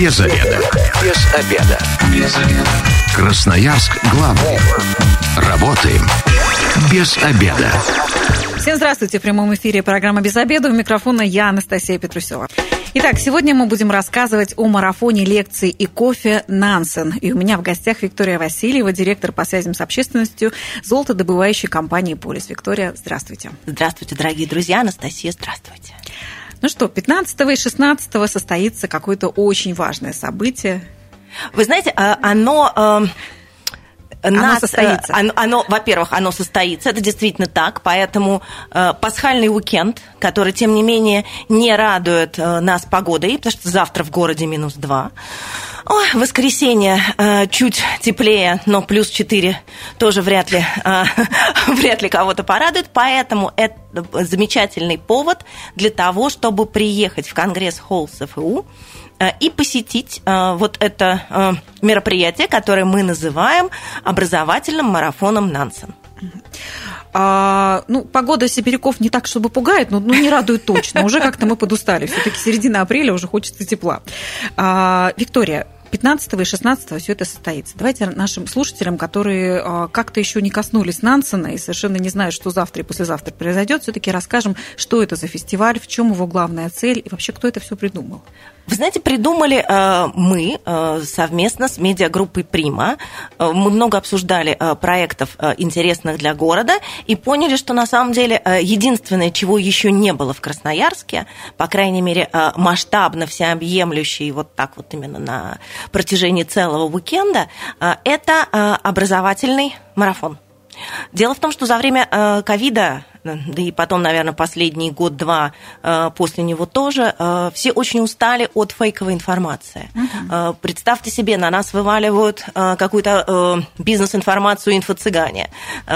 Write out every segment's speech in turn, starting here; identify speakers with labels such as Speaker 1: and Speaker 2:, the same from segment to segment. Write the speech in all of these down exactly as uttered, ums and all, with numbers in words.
Speaker 1: Без обеда. Без обеда. Без обеда. Красноярск главный. Работаем без обеда.
Speaker 2: Всем здравствуйте. В прямом эфире программа «Без обеда». У микрофона я, Анастасия Петрусева. Итак, сегодня мы будем рассказывать о марафоне лекций и кофе «Нансен». И у меня в гостях Виктория Васильева, директор по связям с общественностью золотодобывающей компании «Полис». Виктория, здравствуйте.
Speaker 3: Здравствуйте, дорогие друзья. Анастасия, здравствуйте.
Speaker 2: Ну что, пятнадцатого и шестнадцатого состоится какое-то очень важное событие.
Speaker 3: Вы знаете, оно...
Speaker 2: Оно
Speaker 3: Нас,
Speaker 2: состоится.
Speaker 3: Оно, оно, во-первых, оно состоится, это действительно так, поэтому э, пасхальный уикенд, который, тем не менее, не радует э, нас погодой, потому что завтра в городе минус два. Ой, воскресенье э, чуть теплее, но плюс четыре тоже вряд ли, э, вряд ли кого-то порадует, поэтому это замечательный повод для того, чтобы приехать в Конгресс-холл СФУ и посетить э, вот это э, мероприятие, которое мы называем образовательным марафоном «Нансен».
Speaker 2: А, ну, погода сибиряков не так, чтобы пугает, но ну, не радует точно. Уже как-то мы подустали. Все-таки середина апреля, уже хочется тепла. А, Виктория, пятнадцатого и шестнадцатого все это состоится. Давайте нашим слушателям, которые а, как-то еще не коснулись Нансена и совершенно не знают, что завтра и послезавтра произойдет, все-таки расскажем, что это за фестиваль, в чем его главная цель и вообще кто это все придумал.
Speaker 3: Вы знаете, придумали э, мы э, совместно с медиагруппой «Прима». Э, мы много обсуждали э, проектов, э, интересных для города, и поняли, что на самом деле э, единственное, чего еще не было в Красноярске, по крайней мере, э, масштабно, всеобъемлюще, и вот так вот именно на протяжении целого уикенда, э, это э, образовательный марафон. Дело в том, что за время ковида, да и потом, наверное, последний год-два после него тоже, все очень устали от фейковой информации. Uh-huh. Представьте себе, на нас вываливают какую-то бизнес-информацию инфо-цыгане,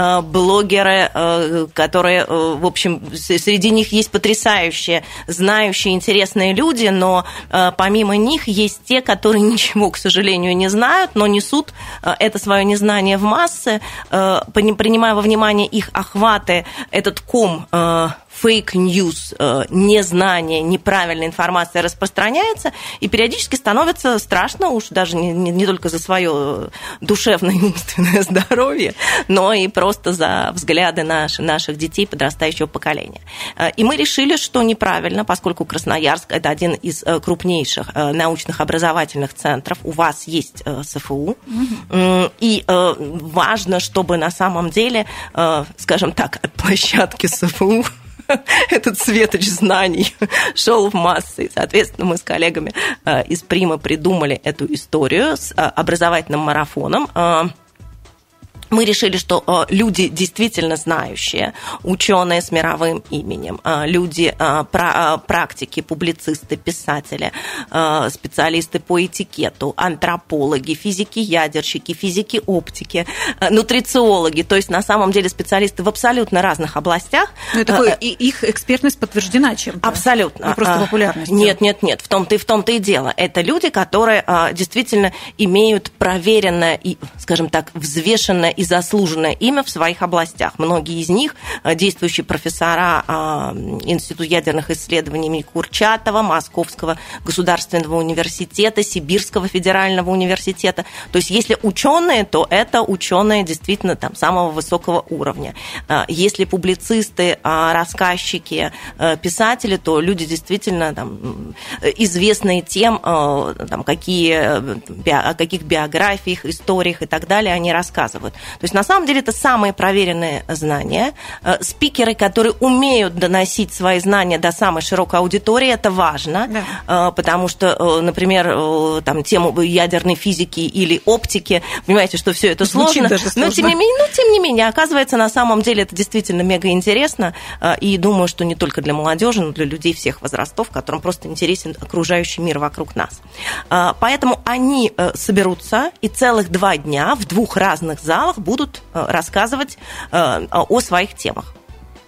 Speaker 3: блогеры, которые, в общем, среди них есть потрясающие, знающие, интересные люди, но помимо них есть те, которые ничего, к сожалению, не знают, но несут это свое незнание в массы, принимая во внимание их охваты, этот ком фейк-ньюс, незнание, неправильная информация распространяется, и периодически становится страшно, уж даже не, не, не только за свое душевное и умственное здоровье, но и просто за взгляды наш, наших детей подрастающего поколения. И мы решили, что неправильно, поскольку Красноярск – это один из крупнейших научных образовательных центров, у вас есть СФУ, mm-hmm. и важно, чтобы на самом деле, скажем так, от площадки СФУ этот светоч знаний шел в массы. И, соответственно, мы с коллегами из Прима придумали эту историю с образовательным марафоном. Мы решили, что люди действительно знающие, ученые с мировым именем, люди практики, публицисты, писатели, специалисты по этикету, антропологи, физики-ядерщики, физики-оптики, нутрициологи, то есть на самом деле специалисты в абсолютно разных областях.
Speaker 2: Ну, такое, и их экспертность подтверждена чем-то?
Speaker 3: Абсолютно.
Speaker 2: Не просто популярностью?
Speaker 3: Нет, нет, нет, в том-то и, в том-то и дело. Это люди, которые действительно имеют проверенное и, скажем так, взвешенное и заслуженное имя в своих областях. Многие из них действующие профессора Института ядерных исследований имени Курчатова, Московского государственного университета, Сибирского федерального университета. То есть если ученые, то это ученые действительно там самого высокого уровня. Если публицисты, рассказчики, писатели, то люди действительно там, известные тем, там, какие, о каких биографиях, историях и так далее они рассказывают. То есть, на самом деле, это самые проверенные знания. Спикеры, которые умеют доносить свои знания до самой широкой аудитории, это важно, да. Потому что, например, там, тему ядерной физики или оптики, понимаете, что все это сложно, но тем не менее, ну, тем не менее, оказывается, на самом деле это действительно мега интересно, и думаю, что не только для молодежи, но для людей всех возрастов, которым просто интересен окружающий мир вокруг нас. Поэтому они соберутся и целых два дня в двух разных залах будут рассказывать о своих темах.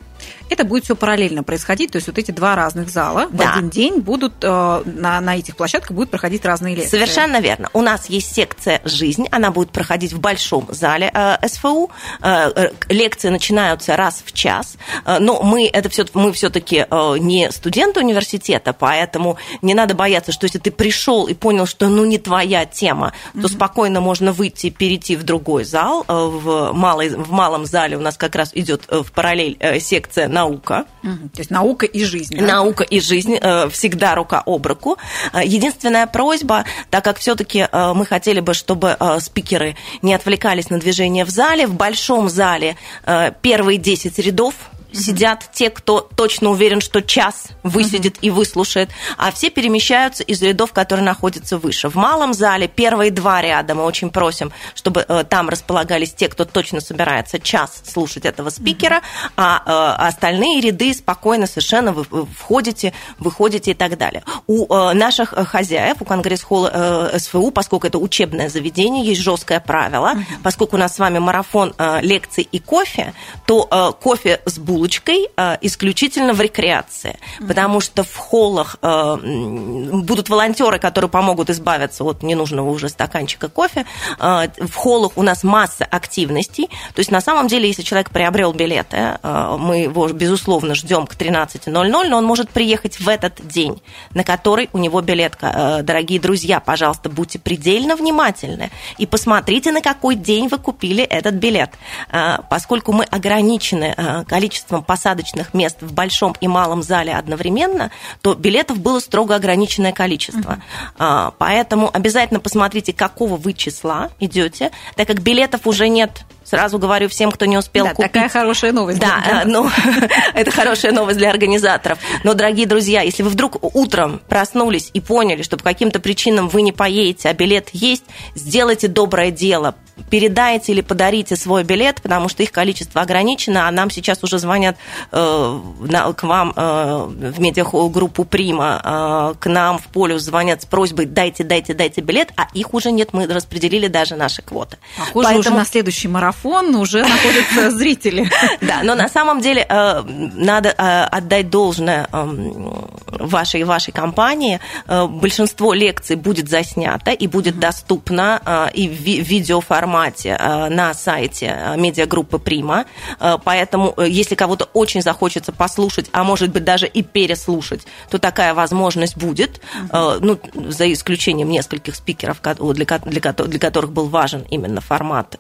Speaker 2: это будет все параллельно происходить, то есть вот эти два разных зала да. в один день будут э, на, на этих площадках будут проходить разные лекции.
Speaker 3: Совершенно верно. У нас есть секция «Жизнь», она будет проходить в большом зале э, эс эф у. Э, лекции начинаются раз в час, э, но мы, это все, мы все-таки э, не студенты университета, поэтому не надо бояться, что если ты пришел и понял, что ну не твоя тема, то mm-hmm. спокойно можно выйти и перейти в другой зал. Э, в, малой, в малом зале у нас как раз идет в параллель э, секция «Наука».
Speaker 2: Mm-hmm. То есть наука и жизнь. Да?
Speaker 3: Наука и жизнь, э, всегда рука об руку. Единственная просьба, так как все-таки мы хотели бы, чтобы спикеры не отвлекались на движение в зале, в большом зале первые десять рядов сидят те, кто точно уверен, что час высидит uh-huh. и выслушает, а все перемещаются из рядов, которые находятся выше. В малом зале первые два ряда мы очень просим, чтобы э, там располагались те, кто точно собирается час слушать этого спикера, uh-huh. а э, остальные ряды спокойно совершенно вы входите, выходите и так далее. У э, наших хозяев, у Конгресс-холла э, эс эф у, поскольку это учебное заведение, есть жесткое правило, uh-huh. поскольку у нас с вами марафон э, лекций и кофе, то э, кофе с булочкой исключительно в рекреации, mm-hmm. потому что в холлах э, будут волонтеры, которые помогут избавиться от ненужного уже стаканчика кофе. Э, в холлах у нас масса активностей. То есть на самом деле, если человек приобрел билеты, э, мы его, безусловно, ждем к тринадцати ноль-ноль, но он может приехать в этот день, на который у него билет. Э, дорогие друзья, пожалуйста, будьте предельно внимательны и посмотрите, на какой день вы купили этот билет. Э, поскольку мы ограничены э, количеством посадочных мест в большом и малом зале одновременно, то билетов было строго ограниченное количество. Uh-huh. Поэтому обязательно посмотрите, какого вы числа идете, так как билетов уже нет. Сразу говорю всем, кто не успел
Speaker 2: да,
Speaker 3: купить.
Speaker 2: Такая хорошая новость.
Speaker 3: Да, ну, это хорошая новость для организаторов. Но, дорогие друзья, если вы вдруг утром проснулись и поняли, что по каким-то причинам вы не поедете, а билет есть, сделайте доброе дело. Передайте или подарите свой билет, потому что их количество ограничено, а нам сейчас уже звонят э, на, к вам э, в медиагруппу «Прима», э, к нам в полюс звонят с просьбой «дайте, дайте, дайте билет», а их уже нет, мы распределили даже наши квоты.
Speaker 2: Похоже, Поэтому... уже на следующий марафон уже находятся зрители.
Speaker 3: Да, но на самом деле э, надо э, отдать должное э, вашей, вашей компании. Э, большинство лекций будет заснято и будет mm-hmm. доступно э, и в ви- видеоформате на сайте медиагруппы «Прима». Поэтому, если кого-то очень захочется послушать, а может быть даже и переслушать, то такая возможность будет, uh-huh. ну, за исключением нескольких спикеров, для, для, для которых был важен именно формат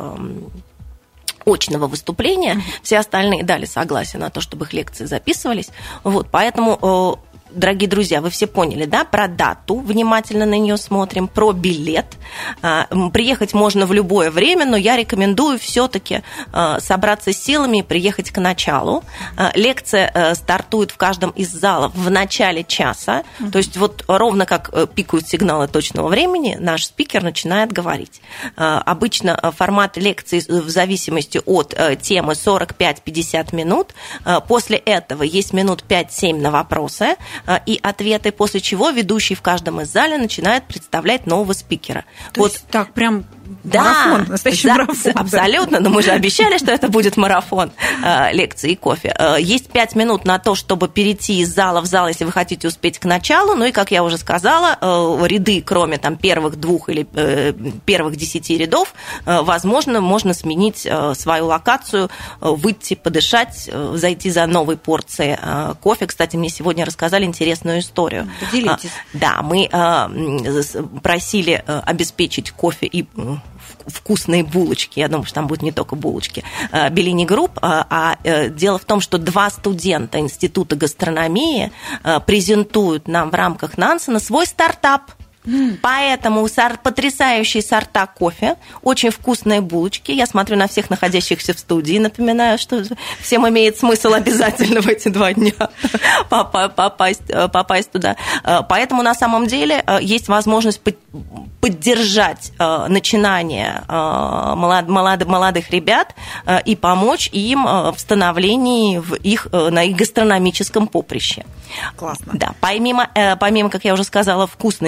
Speaker 3: очного выступления. Uh-huh. Все остальные дали согласие на то, чтобы их лекции записывались. Вот, поэтому... Дорогие друзья, вы все поняли, да, про дату, внимательно на нее смотрим, про билет. Приехать можно в любое время, но я рекомендую все-таки собраться с силами и приехать к началу. Лекция стартует в каждом из залов в начале часа, mm-hmm. то есть вот ровно как пикают сигналы точного времени, наш спикер начинает говорить. Обычно формат лекции в зависимости от темы сорок пять - пятьдесят минут. После этого есть минут пять-семь на вопросы и ответы, после чего ведущий в каждом из зале начинает представлять нового спикера.
Speaker 2: То
Speaker 3: вот
Speaker 2: есть так прям
Speaker 3: да,
Speaker 2: марафон, настоящий
Speaker 3: за,
Speaker 2: марафон.
Speaker 3: Абсолютно, но мы же обещали, что это будет марафон э, лекций и кофе. Э, есть пять минут на то, чтобы перейти из зала в зал, если вы хотите успеть к началу. Ну и, как я уже сказала, э, ряды, кроме там, первых двух или э, первых десяти рядов, э, возможно, можно сменить э, свою локацию, э, выйти, подышать, э, зайти за новой порцией э, кофе. Кстати, мне сегодня рассказали интересную историю.
Speaker 2: Поделитесь.
Speaker 3: Э, да, мы э, просили э, обеспечить кофе и вкусные булочки, я думаю, что там будут не только булочки, Беллини Групп, а дело в том, что два студента Института гастрономии презентуют нам в рамках Нансена свой стартап. Поэтому потрясающие сорта кофе, очень вкусные булочки. Я смотрю на всех находящихся в студии, напоминаю, что всем имеет смысл обязательно в эти два дня попасть, попасть туда. Поэтому на самом деле есть возможность поддержать начинание молодых ребят и помочь им в становлении в их, на их гастрономическом поприще.
Speaker 2: Классно.
Speaker 3: Да, помимо, помимо, как я уже сказала, вкусной составляющей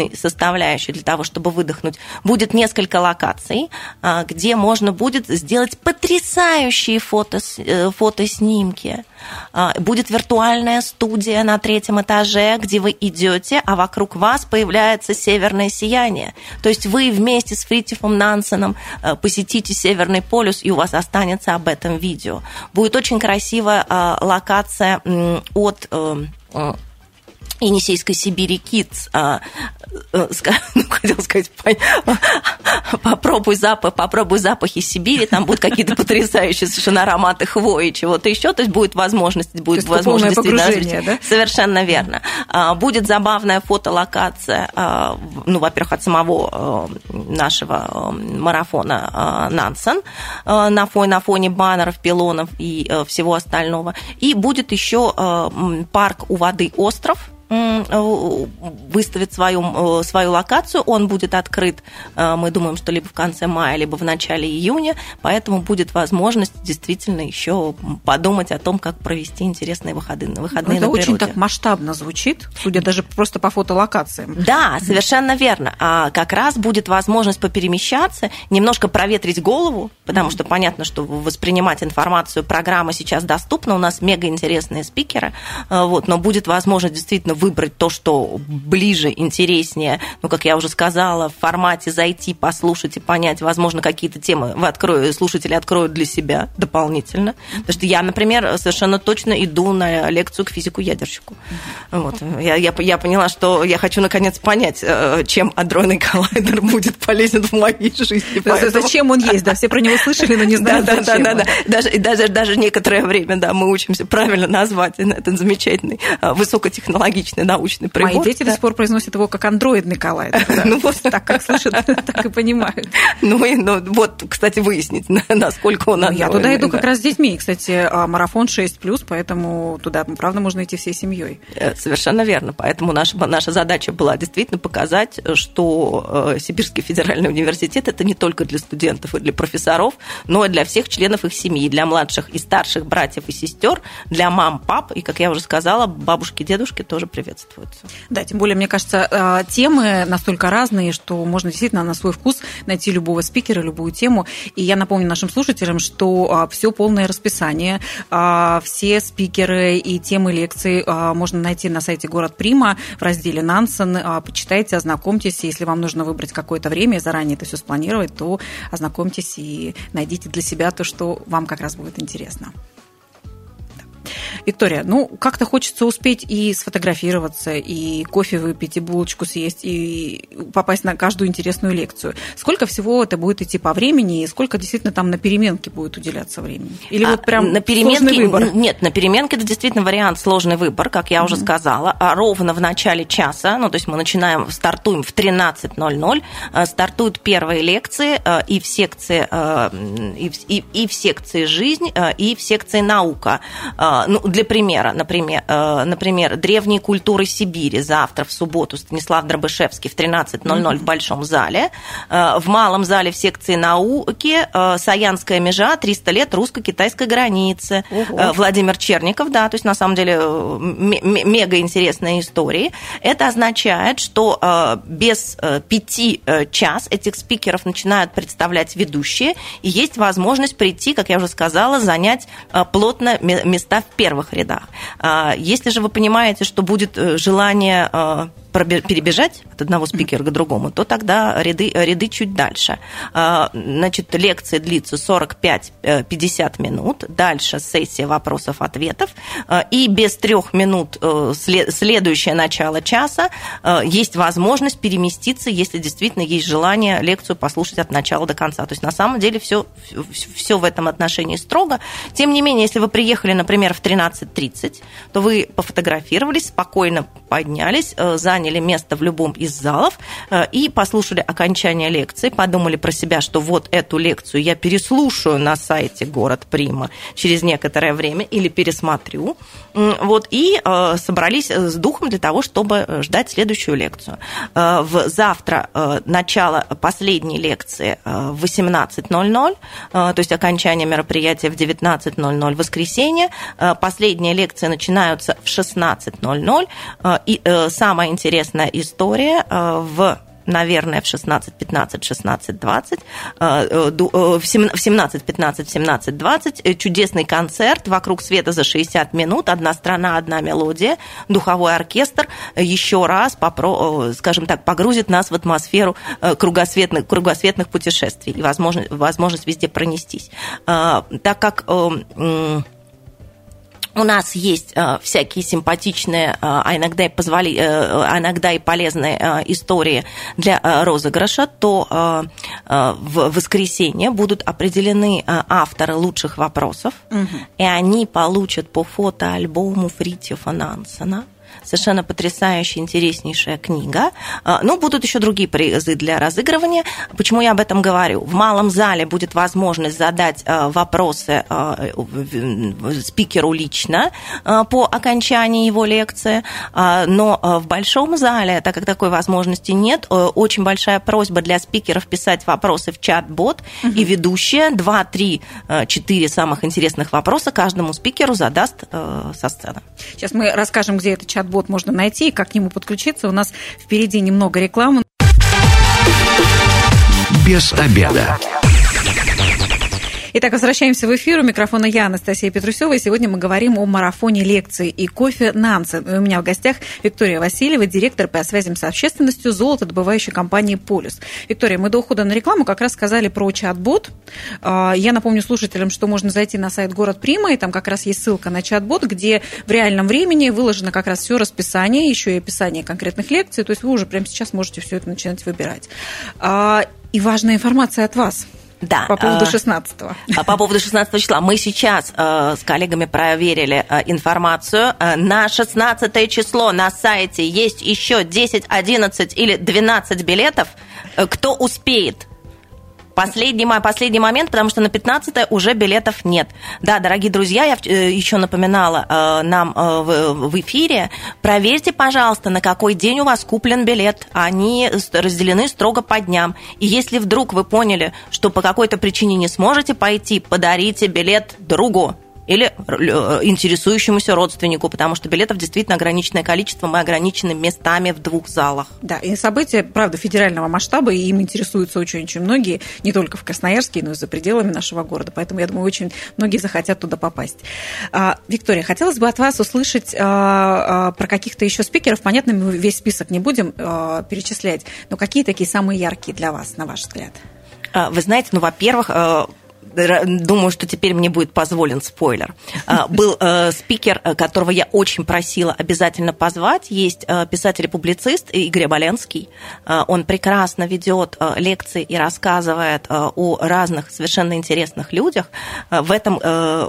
Speaker 3: составляющей для того, чтобы выдохнуть, будет несколько локаций, где можно будет сделать потрясающие фото, фотоснимки. Будет виртуальная студия на третьем этаже, где вы идете, а вокруг вас появляется северное сияние. То есть вы вместе с Фритьёфом Нансеном посетите Северный полюс, и у вас останется об этом видео. Будет очень красивая локация от Енисейской Сибири Kids, ну, хотела сказать, попробуй запах, попробуй запахи Сибири, там будут какие-то потрясающие совершенно ароматы хвои, чего-то еще, то есть будет возможность, будет
Speaker 2: то
Speaker 3: возможность
Speaker 2: погружение, да?
Speaker 3: Совершенно верно. Будет забавная фотолокация, ну, во-первых, от самого нашего марафона Нансен на фоне, на фоне баннеров, пилонов и всего остального. И будет еще парк у воды «Остров», выставит свою, свою локацию, он будет открыт, мы думаем, что либо в конце мая, либо в начале июня, поэтому будет возможность действительно еще подумать о том, как провести интересные выходные, выходные
Speaker 2: это
Speaker 3: на природе.
Speaker 2: Очень так масштабно звучит, судя даже просто по фотолокациям.
Speaker 3: Да, совершенно верно. А как раз будет возможность поперемещаться, немножко проветрить голову, потому что понятно, что воспринимать информацию программы сейчас доступна, у нас мега интересные спикеры, вот, но будет возможность действительно выбрать то, что ближе, интереснее, ну, как я уже сказала, в формате зайти, послушать и понять, возможно, какие-то темы вы откроете, слушатели откроют для себя дополнительно. Потому что я, например, совершенно точно иду на лекцию к физику-ядерщику. Вот. Я, я, я поняла, что я хочу, наконец, понять, чем адронный коллайдер будет полезен в моей жизни.
Speaker 2: Поэтому... Зачем он есть, да, все про него слышали, но не знают,
Speaker 3: да,
Speaker 2: зачем.
Speaker 3: Да, да, да. Даже, даже, даже некоторое время, да, мы учимся правильно назвать этот замечательный высокотехнологичный научный прибор.
Speaker 2: Мои дети
Speaker 3: да.
Speaker 2: до сих пор произносят его как андроидный коллайдер. Да.
Speaker 3: Ну, вот.
Speaker 2: Так как слышат, так и понимают.
Speaker 3: Ну, и, ну, вот, кстати, выяснить, насколько он андроидный.
Speaker 2: Я туда иду
Speaker 3: да.
Speaker 2: как раз с детьми. Кстати, марафон шесть плюс, поэтому туда, правда, можно идти всей семьей.
Speaker 3: Совершенно верно. Поэтому наша, наша задача была действительно показать, что Сибирский федеральный университет – это не только для студентов и для профессоров, но и для всех членов их семьи, для младших и старших братьев и сестер, для мам, пап, и, как я уже сказала, бабушки, дедушки тоже приветствуются.
Speaker 2: Да, тем более, мне кажется, темы настолько разные, что можно действительно на свой вкус найти любого спикера, любую тему. И я напомню нашим слушателям, что все полное расписание, все спикеры и темы лекций можно найти на сайте Город Прима в разделе Нансен. Почитайте, ознакомьтесь. Если вам нужно выбрать какое-то время и заранее это все спланировать, то ознакомьтесь и найдите для себя то, что вам как раз будет интересно. Виктория, ну, как-то хочется успеть и сфотографироваться, и кофе выпить, и булочку съесть, и попасть на каждую интересную лекцию. Сколько всего это будет идти по времени, и сколько действительно там на переменке будет уделяться времени? Или а, вот прям
Speaker 3: на переменке,
Speaker 2: сложный выбор?
Speaker 3: Нет, на переменке это действительно вариант сложный выбор, как я mm-hmm. уже сказала. А ровно в начале часа, ну, то есть мы начинаем, стартуем в тринадцать ноль ноль, стартуют первые лекции и в секции, и в, и, и в секции «Жизнь», и в секции «Наука». Ну, для примера, например, например, древние культуры Сибири завтра, в субботу, Станислав Дробышевский в тринадцать ноль ноль mm-hmm. в Большом зале. В Малом зале в секции «Науки» Саянская межа, триста лет русско-китайской границы. Uh-huh. Владимир Черников, да, то есть на самом деле мега интересные истории. Это означает, что без пяти час этих спикеров начинают представлять ведущие, и есть возможность прийти, как я уже сказала, занять плотно места в первых рядах. Если же вы понимаете, что будет желание перебежать от одного спикера к другому, то тогда ряды, ряды чуть дальше. Значит, лекция длится сорок пять - пятьдесят минут, дальше сессия вопросов-ответов, и без трех минут следующее начало часа есть возможность переместиться, если действительно есть желание лекцию послушать от начала до конца. То есть на самом деле все, все в этом отношении строго. Тем не менее, если вы приехали, например, в тринадцать тридцать, то вы пофотографировались, спокойно поднялись, заняли место в любом из залов и послушали окончание лекции, подумали про себя, что вот эту лекцию я переслушаю на сайте Город Прима через некоторое время или пересмотрю, вот, и собрались с духом для того, чтобы ждать следующую лекцию. В завтра начало последней лекции в восемнадцать ноль ноль, то есть окончание мероприятия в девятнадцать ноль ноль в воскресенье, последние лекции начинаются в шестнадцать ноль ноль, и самое интересное история в наверное, в шестнадцать пятнадцать, шестнадцать двадцать, в семнадцать пятнадцать, семнадцать двадцать чудесный концерт «Вокруг света за шестьдесят минут», одна страна, одна мелодия, духовой оркестр еще раз, попро, скажем так, погрузит нас в атмосферу кругосветных, кругосветных путешествий и возможность, возможность везде пронестись. Так как у нас есть э, всякие симпатичные, э, а иногда и, позволи, э, а иногда и полезные э, истории для э, розыгрыша, то э, э, в воскресенье будут определены э, авторы лучших вопросов, угу. и они получат по фотоальбому Фритьёфа Нансена. Совершенно потрясающая, интереснейшая книга. Ну, будут еще другие призы для разыгрывания. Почему я об этом говорю? В малом зале будет возможность задать вопросы спикеру лично по окончании его лекции, но в большом зале, так как такой возможности нет, очень большая просьба для спикеров писать вопросы в чат-бот, угу. и ведущая два, три, четыре самых интересных вопроса каждому спикеру задаст со сцены.
Speaker 2: Сейчас мы расскажем, где этот чат-бот можно найти и как к нему подключиться. У нас впереди немного рекламы.
Speaker 1: Без обеда.
Speaker 2: Итак, возвращаемся в эфир. У микрофона я, Анастасия Петрусева, и сегодня мы говорим о марафоне лекций и кофе Нансен. И у меня в гостях Виктория Васильева, директор по связям с общественностью золотодобывающей компании «Полюс». Виктория, мы до ухода на рекламу как раз сказали про чат-бот. Я напомню слушателям, что можно зайти на сайт «Город Прима», и там как раз есть ссылка на чат-бот, где в реальном времени выложено как раз все расписание, еще и описание конкретных лекций, то есть вы уже прямо сейчас можете все это начинать выбирать. И важная информация от вас.
Speaker 3: Да.
Speaker 2: По поводу шестнадцатого.
Speaker 3: По поводу шестнадцатого числа. Мы сейчас э, с коллегами проверили э, информацию. Э, на шестнадцатое число на сайте есть еще десять, одиннадцать или двенадцать билетов. Э, кто успеет? Последний, последний момент, потому что на пятнадцатое уже билетов нет. Да, дорогие друзья, я еще напоминала э, нам э, в, в эфире, проверьте, пожалуйста, на какой день у вас куплен билет. Они разделены строго по дням. И если вдруг вы поняли, что по какой-то причине не сможете пойти, подарите билет другу или интересующемуся родственнику, потому что билетов действительно ограниченное количество, мы ограничены местами в двух залах.
Speaker 2: Да, и события, правда, федерального масштаба, и им интересуются очень-очень многие, не только в Красноярске, но и за пределами нашего города, поэтому, я думаю, очень многие захотят туда попасть. Виктория, хотелось бы от вас услышать про каких-то еще спикеров, понятно, мы весь список не будем перечислять, но какие такие самые яркие для вас, на ваш взгляд?
Speaker 3: Вы знаете, ну, во-первых, думаю, что теперь мне будет позволен спойлер. Был спикер, которого я очень просила обязательно позвать. Есть писатель и публицист Игорь Оболенский. Он прекрасно ведет лекции и рассказывает о разных совершенно интересных людях. В этом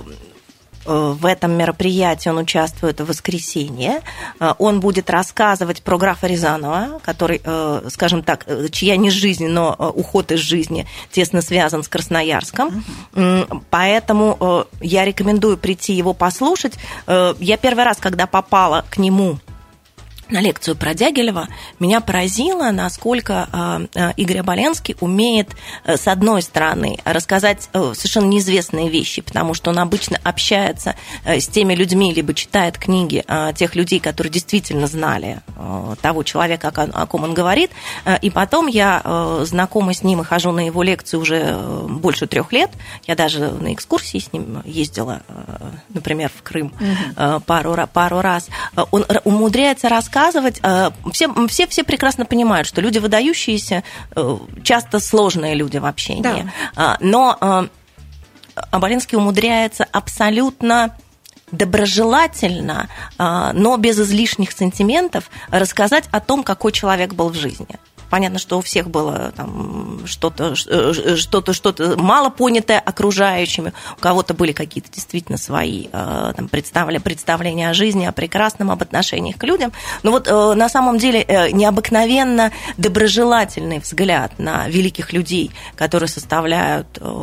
Speaker 3: В этом мероприятии он участвует в воскресенье. Он будет рассказывать про графа Рязанова, который, скажем так, чья не жизнь, но уход из жизни тесно связан с Красноярском. Uh-huh. Поэтому я рекомендую прийти его послушать. Я первый раз, когда попала к нему на лекцию про Дягилева, меня поразило, насколько Игорь Оболенский умеет, с одной стороны, рассказать совершенно неизвестные вещи, потому что он обычно общается с теми людьми, либо читает книги тех людей, которые действительно знали того человека, о ком он говорит, и потом я знакома с ним и хожу на его лекции уже больше трех лет, я даже на экскурсии с ним ездила, например, в Крым угу. пару, пару раз, он умудряется рассказывать. Все, все, все прекрасно понимают, что люди выдающиеся часто сложные люди в общении. Да. Но Оболенский умудряется абсолютно доброжелательно, но без излишних сантиментов рассказать о том, какой человек был в жизни. Понятно, что у всех было там что-то, что-то, что-то мало понятое окружающими, у кого-то были какие-то действительно свои там, представления о жизни, о прекрасном, об отношениях к людям. Но вот на самом деле необыкновенно доброжелательный взгляд на великих людей, которые составляют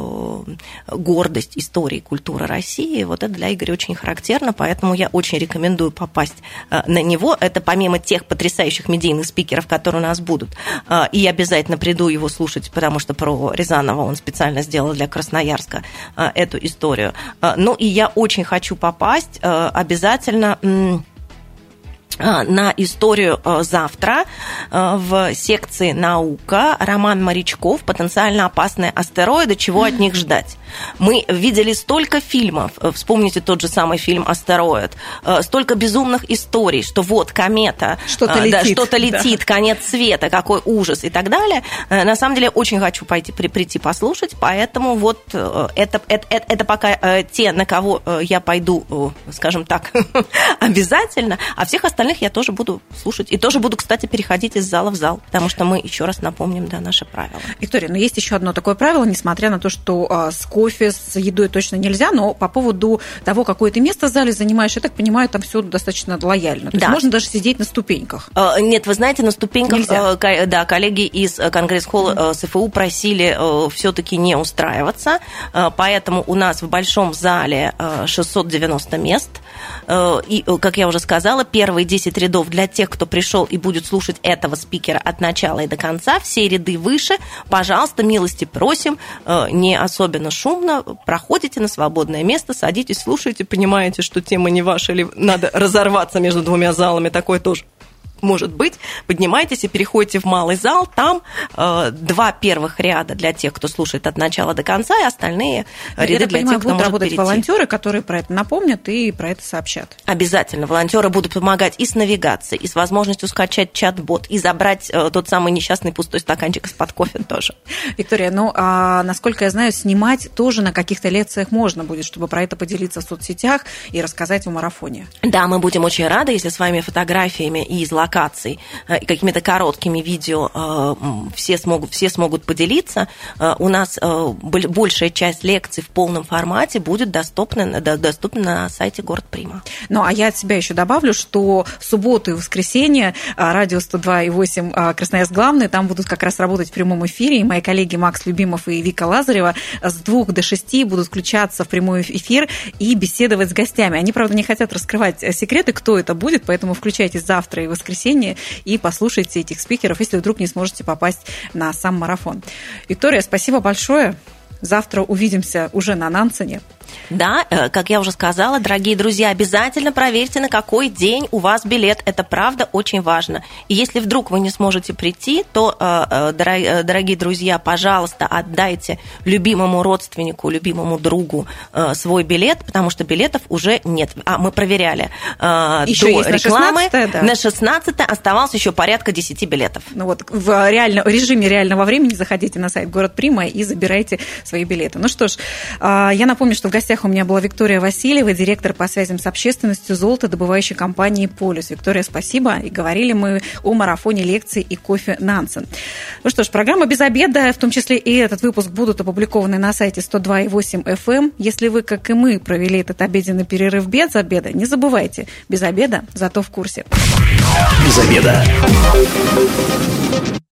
Speaker 3: гордость истории и культуры России, вот это для Игоря очень характерно, поэтому я очень рекомендую попасть на него. Это помимо тех потрясающих медийных спикеров, которые у нас будут. И обязательно приду его слушать, потому что про Рязанова он специально сделал для Красноярска эту историю. Ну и я очень хочу попасть обязательно на историю завтра в секции «Наука» Роман Морячков «Потенциально опасные астероиды. Чего от них ждать?». Мы видели столько фильмов, вспомните тот же самый фильм «Астероид», столько безумных историй, что вот комета,
Speaker 2: что-то летит,
Speaker 3: да, что-то летит
Speaker 2: да.
Speaker 3: конец света, какой ужас и так далее. На самом деле очень хочу пойти, прийти послушать, поэтому вот это, это, это пока те, на кого я пойду, скажем так, обязательно, а всех остальных я тоже буду слушать. И тоже буду, кстати, переходить из зала в зал, потому что мы, еще раз напомним, да, наши правила.
Speaker 2: Виктория, но есть еще одно такое правило, несмотря на то, что а, с кофе, с едой точно нельзя, но по поводу того, какое ты место в зале занимаешь, я так понимаю, там все достаточно лояльно. То
Speaker 3: да.
Speaker 2: есть можно даже сидеть на ступеньках.
Speaker 3: Нет, вы знаете, на ступеньках,
Speaker 2: нельзя.
Speaker 3: Да, коллеги из Конгресс-холла mm-hmm. СФУ просили все-таки не устраиваться, поэтому у нас в большом зале шестьсот девяносто мест, и, как я уже сказала, первые десять рядов для тех, кто пришел и будет слушать этого спикера от начала и до конца, все ряды выше, пожалуйста, милости просим, не особенно шумно, проходите на свободное место, садитесь, слушайте, понимаете, что тема не ваша, или надо разорваться между двумя залами, такое тоже может быть, поднимайтесь и переходите в малый зал, там э, два первых ряда для тех, кто слушает от начала до конца, и остальные ряды
Speaker 2: я
Speaker 3: для
Speaker 2: понимаю,
Speaker 3: тех, кто
Speaker 2: будут
Speaker 3: может
Speaker 2: работать
Speaker 3: перейти.
Speaker 2: волонтеры, которые про это напомнят и про это сообщат.
Speaker 3: Обязательно. Волонтеры будут помогать и с навигацией, и с возможностью скачать чат-бот, и забрать э, тот самый несчастный пустой стаканчик из-под кофе тоже.
Speaker 2: Виктория, ну, а, насколько я знаю, снимать тоже на каких-то лекциях можно будет, чтобы про это поделиться в соцсетях и рассказать в марафоне.
Speaker 3: Да, мы будем очень рады, если с вами фотографиями и из локаций, и какими-то короткими видео все смогут, все смогут поделиться. У нас большая часть лекций в полном формате будет доступна, доступна на сайте Город Прима.
Speaker 2: Ну, а я от себя еще добавлю, что в субботу и воскресенье радио сто два и восемь Красноярск главный, там будут как раз работать в прямом эфире, и мои коллеги Макс Любимов и Вика Лазарева с двух до шести будут включаться в прямой эфир и беседовать с гостями. Они, правда, не хотят раскрывать секреты, кто это будет, поэтому включайтесь завтра и в воскресенье и послушайте этих спикеров, если вдруг не сможете попасть на сам марафон. Виктория, спасибо большое. Завтра увидимся уже на Нансене.
Speaker 3: Да, как я уже сказала, дорогие друзья, обязательно проверьте, на какой день у вас билет. Это правда очень важно. И если вдруг вы не сможете прийти, то, дорогие друзья, пожалуйста, отдайте любимому родственнику, любимому другу свой билет, потому что билетов уже нет. А мы проверяли
Speaker 2: еще
Speaker 3: до рекламы.
Speaker 2: На шестнадцатое, да.
Speaker 3: На шестнадцатое оставалось еще порядка десяти билетов.
Speaker 2: Ну вот в реально, в режиме реального времени заходите на сайт Город Прима и забирайте свои билеты. Ну что ж, я напомню, что в гостях у меня была Виктория Васильева, директор по связям с общественностью золотодобывающей компании «Полюс». Виктория, спасибо. И говорили мы о марафоне лекций и кофе «Нансен». Ну что ж, программа «Без обеда», в том числе и этот выпуск, будут опубликованы на сайте сто два и восемь эф эм. Если вы, как и мы, провели этот обеденный перерыв без обеда, не забывайте, без обеда, зато в курсе.
Speaker 1: Без обеда.